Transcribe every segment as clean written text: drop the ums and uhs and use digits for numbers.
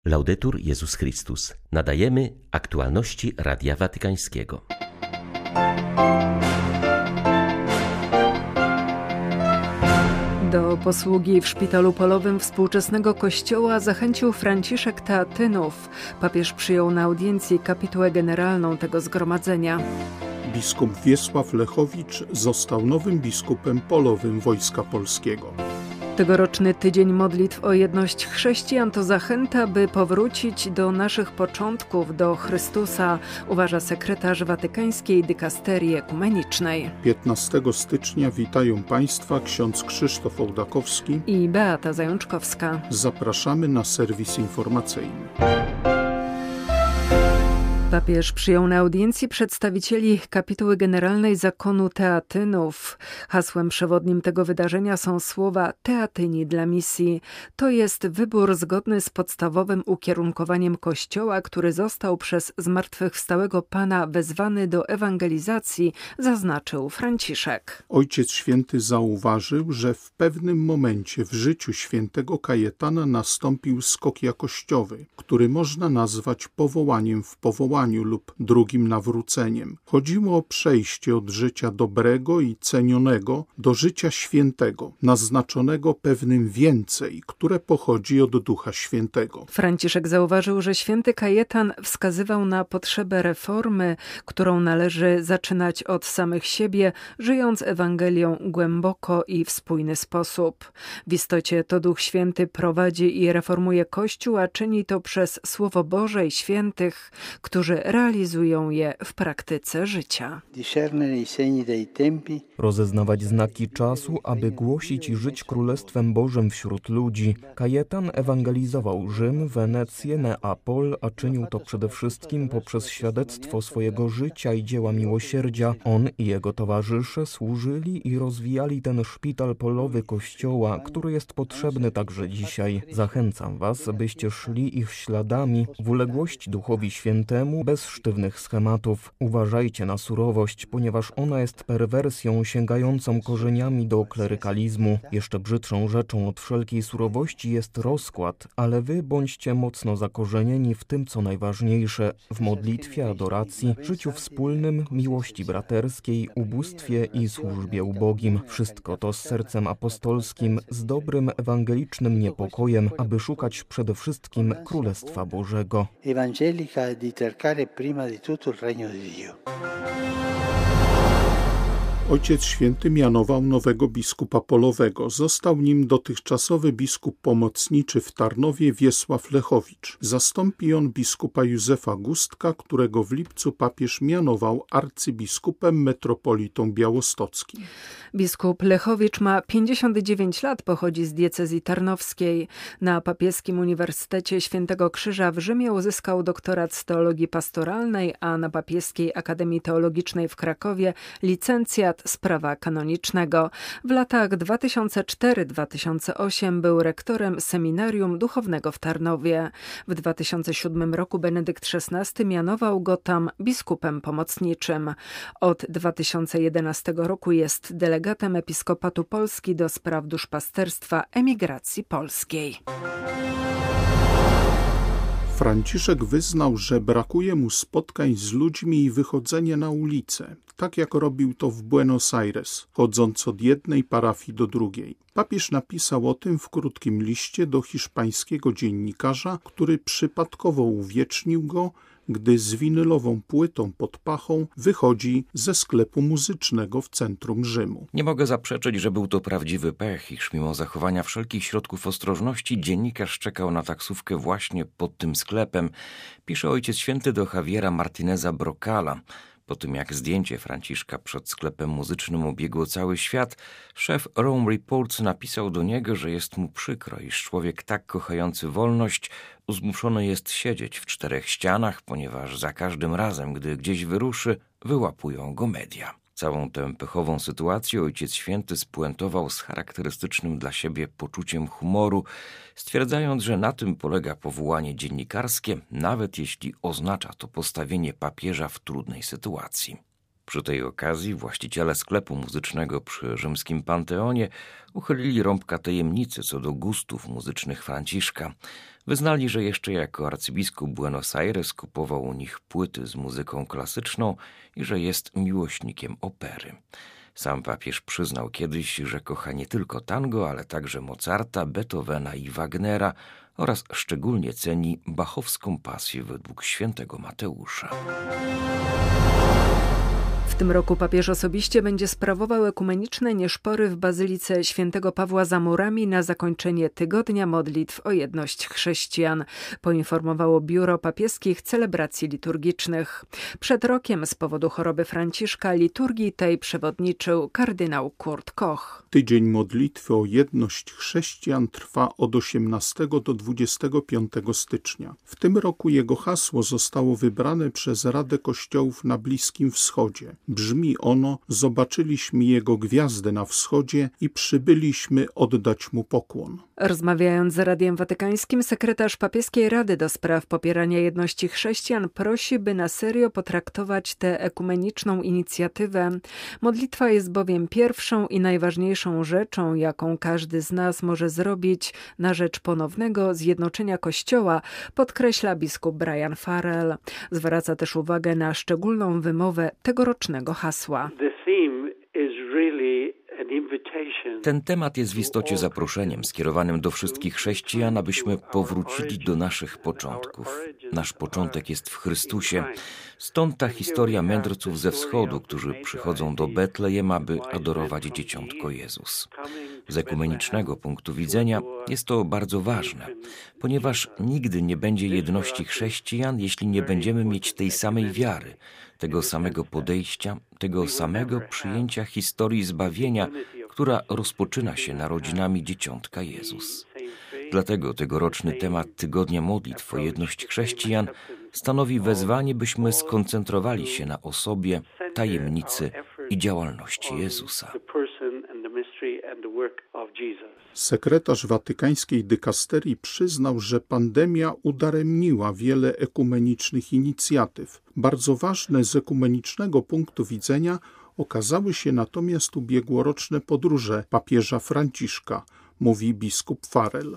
Laudetur Jezus Chrystus. Nadajemy aktualności Radia Watykańskiego. Do posługi w szpitalu polowym współczesnego kościoła zachęcił Franciszek Teatynów. Papież przyjął na audiencji kapitułę generalną tego zgromadzenia. Biskup Wiesław Lechowicz został nowym biskupem polowym Wojska Polskiego. Tegoroczny tydzień modlitw o jedność chrześcijan to zachęta, by powrócić do naszych początków, do Chrystusa, uważa sekretarz Watykańskiej Dykasterii Ekumenicznej. 15 stycznia witają Państwa ksiądz Krzysztof Ołdakowski I Beata Zajączkowska. Zapraszamy na serwis informacyjny. Papież przyjął na audiencji przedstawicieli kapituły generalnej zakonu Teatynów. Hasłem przewodnim tego wydarzenia są słowa Teatyni dla misji. To jest wybór zgodny z podstawowym ukierunkowaniem Kościoła, który został przez zmartwychwstałego Pana wezwany do ewangelizacji, zaznaczył Franciszek. Ojciec Święty zauważył, że w pewnym momencie w życiu świętego Kajetana nastąpił skok jakościowy, który można nazwać powołaniem w powołaniu lub drugim nawróceniem. Chodziło o przejście od życia dobrego i cenionego do życia świętego, naznaczonego pewnym więcej, które pochodzi od Ducha Świętego. Franciszek zauważył, że święty Kajetan wskazywał na potrzebę reformy, którą należy zaczynać od samych siebie, żyjąc Ewangelią głęboko i w spójny sposób. W istocie to Duch Święty prowadzi i reformuje Kościół, a czyni to przez Słowo Boże i świętych, którzy realizują je w praktyce życia. Rozeznawać znaki czasu, aby głosić i żyć Królestwem Bożym wśród ludzi. Kajetan ewangelizował Rzym, Wenecję, Neapol, a czynił to przede wszystkim poprzez świadectwo swojego życia i dzieła miłosierdzia. On i jego towarzysze służyli i rozwijali ten szpital polowy Kościoła, który jest potrzebny także dzisiaj. Zachęcam was, byście szli ich śladami w uległość Duchowi Świętemu, bez sztywnych schematów. Uważajcie na surowość, ponieważ ona jest perwersją sięgającą korzeniami do klerykalizmu. Jeszcze brzydszą rzeczą od wszelkiej surowości jest rozkład, ale wy bądźcie mocno zakorzenieni w tym, co najważniejsze, w modlitwie, adoracji, życiu wspólnym, miłości braterskiej, ubóstwie i służbie ubogim. Wszystko to z sercem apostolskim, z dobrym ewangelicznym niepokojem, aby szukać przede wszystkim Królestwa Bożego. Prima di tutto il regno di Dio. Ojciec Święty mianował nowego biskupa polowego. Został nim dotychczasowy biskup pomocniczy w Tarnowie Wiesław Lechowicz. Zastąpi on biskupa Józefa Gustka, którego w lipcu papież mianował arcybiskupem metropolitą białostockim. Biskup Lechowicz ma 59 lat, pochodzi z diecezji tarnowskiej. Na Papieskim Uniwersytecie Świętego Krzyża w Rzymie uzyskał doktorat z teologii pastoralnej, a na Papieskiej Akademii Teologicznej w Krakowie licencjat z prawa kanonicznego. W latach 2004-2008 był rektorem Seminarium Duchownego w Tarnowie. W 2007 roku Benedykt XVI mianował go tam biskupem pomocniczym. Od 2011 roku jest delegatem Episkopatu Polski do spraw duszpasterstwa emigracji polskiej. Franciszek wyznał, że brakuje mu spotkań z ludźmi i wychodzenia na ulicę, tak jak robił to w Buenos Aires, chodząc od jednej parafii do drugiej. Papież napisał o tym w krótkim liście do hiszpańskiego dziennikarza, który przypadkowo uwiecznił go, gdy z winylową płytą pod pachą wychodzi ze sklepu muzycznego w centrum Rzymu. Nie mogę zaprzeczyć, że był to prawdziwy pech, iż mimo zachowania wszelkich środków ostrożności dziennikarz czekał na taksówkę właśnie pod tym sklepem, pisze Ojciec Święty do Javiera Martineza Brocala. Po tym jak zdjęcie Franciszka przed sklepem muzycznym obiegło cały świat, szef Rome Reports napisał do niego, że jest mu przykro, iż człowiek tak kochający wolność zmuszony jest siedzieć w czterech ścianach, ponieważ za każdym razem, gdy gdzieś wyruszy, wyłapują go media. Całą tę pechową sytuację Ojciec Święty spuentował z charakterystycznym dla siebie poczuciem humoru, stwierdzając, że na tym polega powołanie dziennikarskie, nawet jeśli oznacza to postawienie papieża w trudnej sytuacji. Przy tej okazji właściciele sklepu muzycznego przy rzymskim Panteonie uchylili rąbka tajemnicy co do gustów muzycznych Franciszka. Wyznali, że jeszcze jako arcybiskup Buenos Aires kupował u nich płyty z muzyką klasyczną i że jest miłośnikiem opery. Sam papież przyznał kiedyś, że kocha nie tylko tango, ale także Mozarta, Beethovena i Wagnera oraz szczególnie ceni bachowską pasję według świętego Mateusza. W tym roku papież osobiście będzie sprawował ekumeniczne nieszpory w Bazylice Świętego Pawła za murami na zakończenie tygodnia modlitw o jedność chrześcijan, poinformowało Biuro Papieskich Celebracji Liturgicznych. Przed rokiem z powodu choroby Franciszka liturgii tej przewodniczył kardynał Kurt Koch. Tydzień modlitwy o jedność chrześcijan trwa od 18 do 25 stycznia. W tym roku jego hasło zostało wybrane przez Radę Kościołów na Bliskim Wschodzie. Brzmi ono: zobaczyliśmy jego gwiazdę na wschodzie i przybyliśmy oddać mu pokłon. Rozmawiając z Radiem Watykańskim, sekretarz Papieskiej Rady do spraw popierania jedności chrześcijan prosi, by na serio potraktować tę ekumeniczną inicjatywę. Modlitwa jest bowiem pierwszą i najważniejszą rzeczą, jaką każdy z nas może zrobić na rzecz ponownego zjednoczenia Kościoła, podkreśla biskup Brian Farrell. Zwraca też uwagę na szczególną wymowę tegorocznego hasła. Ten temat jest w istocie zaproszeniem skierowanym do wszystkich chrześcijan, abyśmy powrócili do naszych początków. Nasz początek jest w Chrystusie. Stąd ta historia mędrców ze wschodu, którzy przychodzą do Betlejem, aby adorować dzieciątko Jezus. Z ekumenicznego punktu widzenia jest to bardzo ważne, ponieważ nigdy nie będzie jedności chrześcijan, jeśli nie będziemy mieć tej samej wiary, tego samego podejścia, tego samego przyjęcia historii zbawienia, która rozpoczyna się narodzinami dzieciątka Jezus. Dlatego tegoroczny temat Tygodnia Modlitw o jedność chrześcijan stanowi wezwanie, byśmy skoncentrowali się na osobie, tajemnicy i działalności Jezusa. Sekretarz watykańskiej dykasterii przyznał, że pandemia udaremniła wiele ekumenicznych inicjatyw. Bardzo ważne z ekumenicznego punktu widzenia okazały się natomiast ubiegłoroczne podróże papieża Franciszka, mówi biskup Farrell.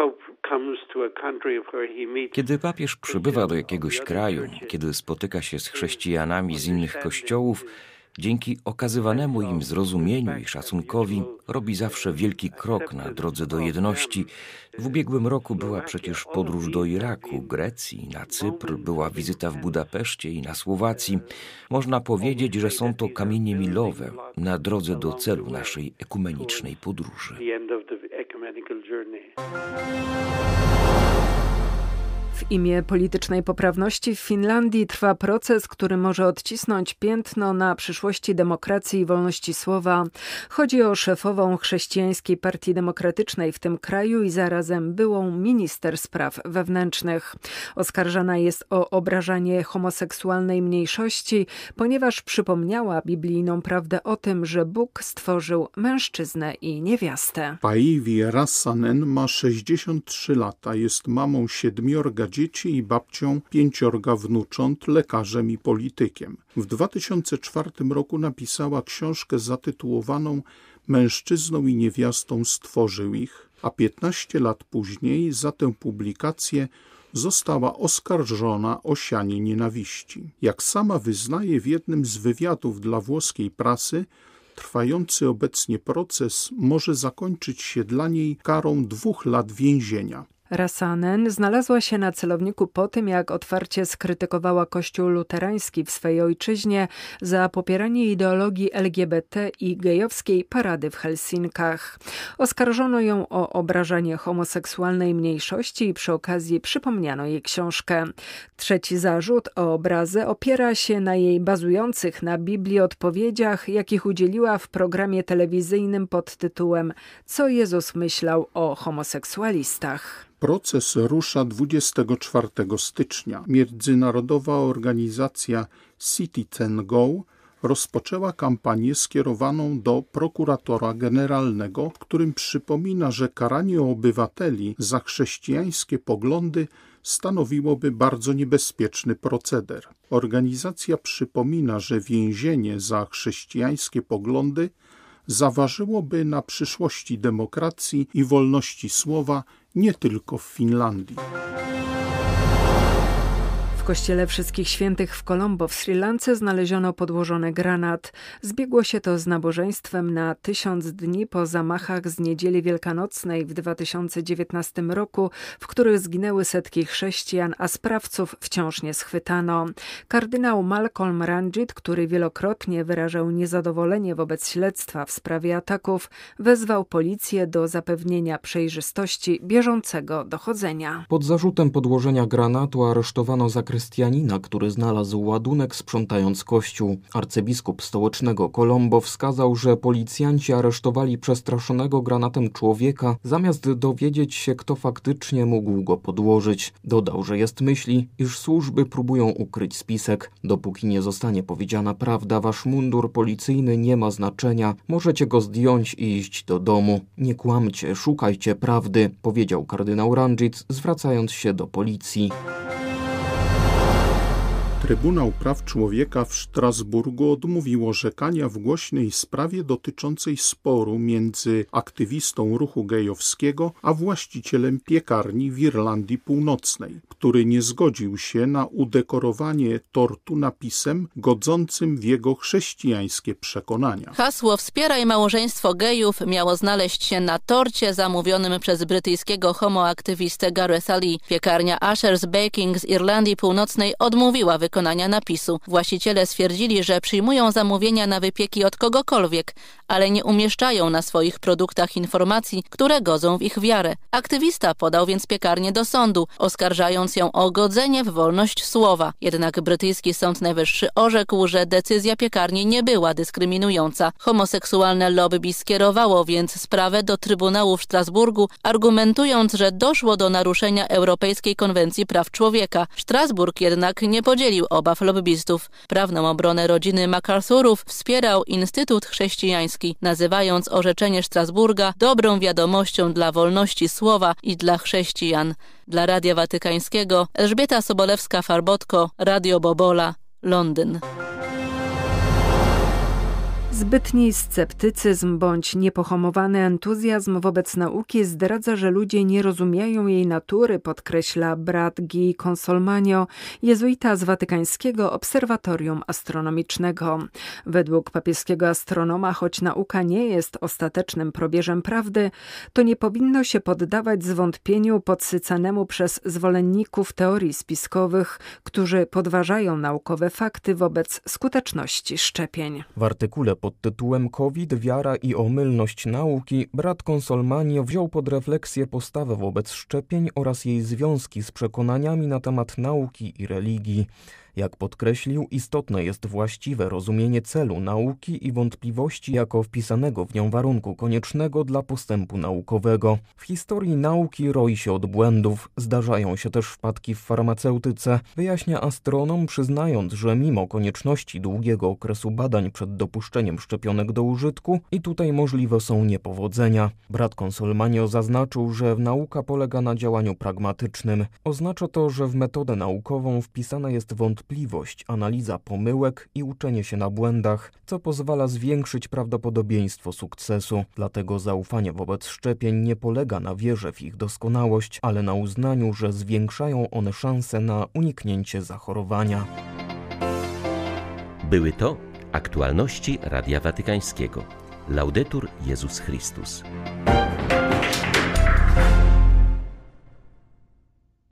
Kiedy papież przybywa do jakiegoś kraju, kiedy spotyka się z chrześcijanami z innych kościołów, dzięki okazywanemu im zrozumieniu i szacunkowi robi zawsze wielki krok na drodze do jedności. W ubiegłym roku była przecież podróż do Iraku, Grecji, na Cypr, była wizyta w Budapeszcie i na Słowacji. Można powiedzieć, że są to kamienie milowe na drodze do celu naszej ekumenicznej podróży. W imię politycznej poprawności w Finlandii trwa proces, który może odcisnąć piętno na przyszłości demokracji i wolności słowa. Chodzi o szefową chrześcijańskiej Partii Demokratycznej w tym kraju i zarazem byłą minister spraw wewnętrznych. Oskarżana jest o obrażanie homoseksualnej mniejszości, ponieważ przypomniała biblijną prawdę o tym, że Bóg stworzył mężczyznę i niewiastę. Päivi Räsänen ma 63 lata, jest mamą 7 dzieci i babcią 5 wnucząt, lekarzem i politykiem. W 2004 roku napisała książkę zatytułowaną Mężczyzną i niewiastą stworzył ich, a 15 lat później za tę publikację została oskarżona o sianie nienawiści. Jak sama wyznaje w jednym z wywiadów dla włoskiej prasy, trwający obecnie proces może zakończyć się dla niej karą 2 lat więzienia. Räsänen znalazła się na celowniku po tym, jak otwarcie skrytykowała Kościół luterański w swej ojczyźnie za popieranie ideologii LGBT i gejowskiej parady w Helsinkach. Oskarżono ją o obrażanie homoseksualnej mniejszości i przy okazji przypomniano jej książkę. Trzeci zarzut o obrazę opiera się na jej bazujących na Biblii odpowiedziach, jakich udzieliła w programie telewizyjnym pod tytułem Co Jezus myślał o homoseksualistach. Proces rusza 24 stycznia. Międzynarodowa organizacja Citizen Go rozpoczęła kampanię skierowaną do prokuratora generalnego, w którym przypomina, że karanie obywateli za chrześcijańskie poglądy stanowiłoby bardzo niebezpieczny proceder. Organizacja przypomina, że więzienie za chrześcijańskie poglądy zaważyłoby na przyszłości demokracji i wolności słowa nie tylko w Finlandii. W kościele Wszystkich Świętych w Colombo w Sri Lance znaleziono podłożony granat. Zbiegło się to z nabożeństwem na 1000 dni po zamachach z Niedzieli Wielkanocnej w 2019 roku, w których zginęły setki chrześcijan, a sprawców wciąż nie schwytano. Kardynał Malcolm Ranjit, który wielokrotnie wyrażał niezadowolenie wobec śledztwa w sprawie ataków, wezwał policję do zapewnienia przejrzystości bieżącego dochodzenia. Pod zarzutem podłożenia granatu aresztowano zakrystianina, który znalazł ładunek sprzątając kościół. Arcybiskup stołecznego Colombo wskazał, że policjanci aresztowali przestraszonego granatem człowieka, zamiast dowiedzieć się, kto faktycznie mógł go podłożyć. Dodał, że jest myśli, iż służby próbują ukryć spisek. Dopóki nie zostanie powiedziana prawda, wasz mundur policyjny nie ma znaczenia. Możecie go zdjąć i iść do domu. Nie kłamcie, szukajcie prawdy, powiedział kardynał Ranjit, zwracając się do policji. Trybunał Praw Człowieka w Strasburgu odmówił orzekania w głośnej sprawie dotyczącej sporu między aktywistą ruchu gejowskiego a właścicielem piekarni w Irlandii Północnej, który nie zgodził się na udekorowanie tortu napisem godzącym w jego chrześcijańskie przekonania. Hasło "Wspieraj małżeństwo gejów" miało znaleźć się na torcie zamówionym przez brytyjskiego homoaktywistę Garetha Lee. Piekarnia Asher's Baking z Irlandii Północnej odmówiła wykonania napisu. Właściciele stwierdzili, że przyjmują zamówienia na wypieki od kogokolwiek, ale nie umieszczają na swoich produktach informacji, które godzą w ich wiarę. Aktywista podał więc piekarnię do sądu, oskarżając ją o godzenie w wolność słowa. Jednak brytyjski Sąd Najwyższy orzekł, że decyzja piekarni nie była dyskryminująca. Homoseksualne lobby skierowało więc sprawę do Trybunału w Strasburgu, argumentując, że doszło do naruszenia Europejskiej Konwencji Praw Człowieka. Strasburg jednak nie podzielił obaw lobbystów. Prawną obronę rodziny MacArthurów wspierał Instytut Chrześcijański, nazywając orzeczenie Strasburga dobrą wiadomością dla wolności słowa i dla chrześcijan. Dla Radia Watykańskiego Elżbieta Sobolewska-Farbotko, Radio Bobola, Londyn. Zbytni sceptycyzm bądź niepohamowany entuzjazm wobec nauki zdradza, że ludzie nie rozumieją jej natury, podkreśla brat Guy Consolmagno, jezuita z Watykańskiego Obserwatorium Astronomicznego. Według papieskiego astronoma, choć nauka nie jest ostatecznym probierzem prawdy, to nie powinno się poddawać zwątpieniu podsycanemu przez zwolenników teorii spiskowych, którzy podważają naukowe fakty wobec skuteczności szczepień. W artykule pod tytułem COVID, wiara i omylność nauki brat Consolmagno wziął pod refleksję postawę wobec szczepień oraz jej związki z przekonaniami na temat nauki i religii. Jak podkreślił, istotne jest właściwe rozumienie celu nauki i wątpliwości jako wpisanego w nią warunku koniecznego dla postępu naukowego. W historii nauki roi się od błędów, zdarzają się też wpadki w farmaceutyce, wyjaśnia astronom, przyznając, że mimo konieczności długiego okresu badań przed dopuszczeniem szczepionek do użytku i tutaj możliwe są niepowodzenia. Brat Consolmagno zaznaczył, że nauka polega na działaniu pragmatycznym. Oznacza to, że w metodę naukową wpisana jest wątpliwość, analiza pomyłek i uczenie się na błędach, co pozwala zwiększyć prawdopodobieństwo sukcesu. Dlatego zaufanie wobec szczepień nie polega na wierze w ich doskonałość, ale na uznaniu, że zwiększają one szanse na uniknięcie zachorowania. Były to aktualności Radia Watykańskiego. Laudetur Jezus Chrystus.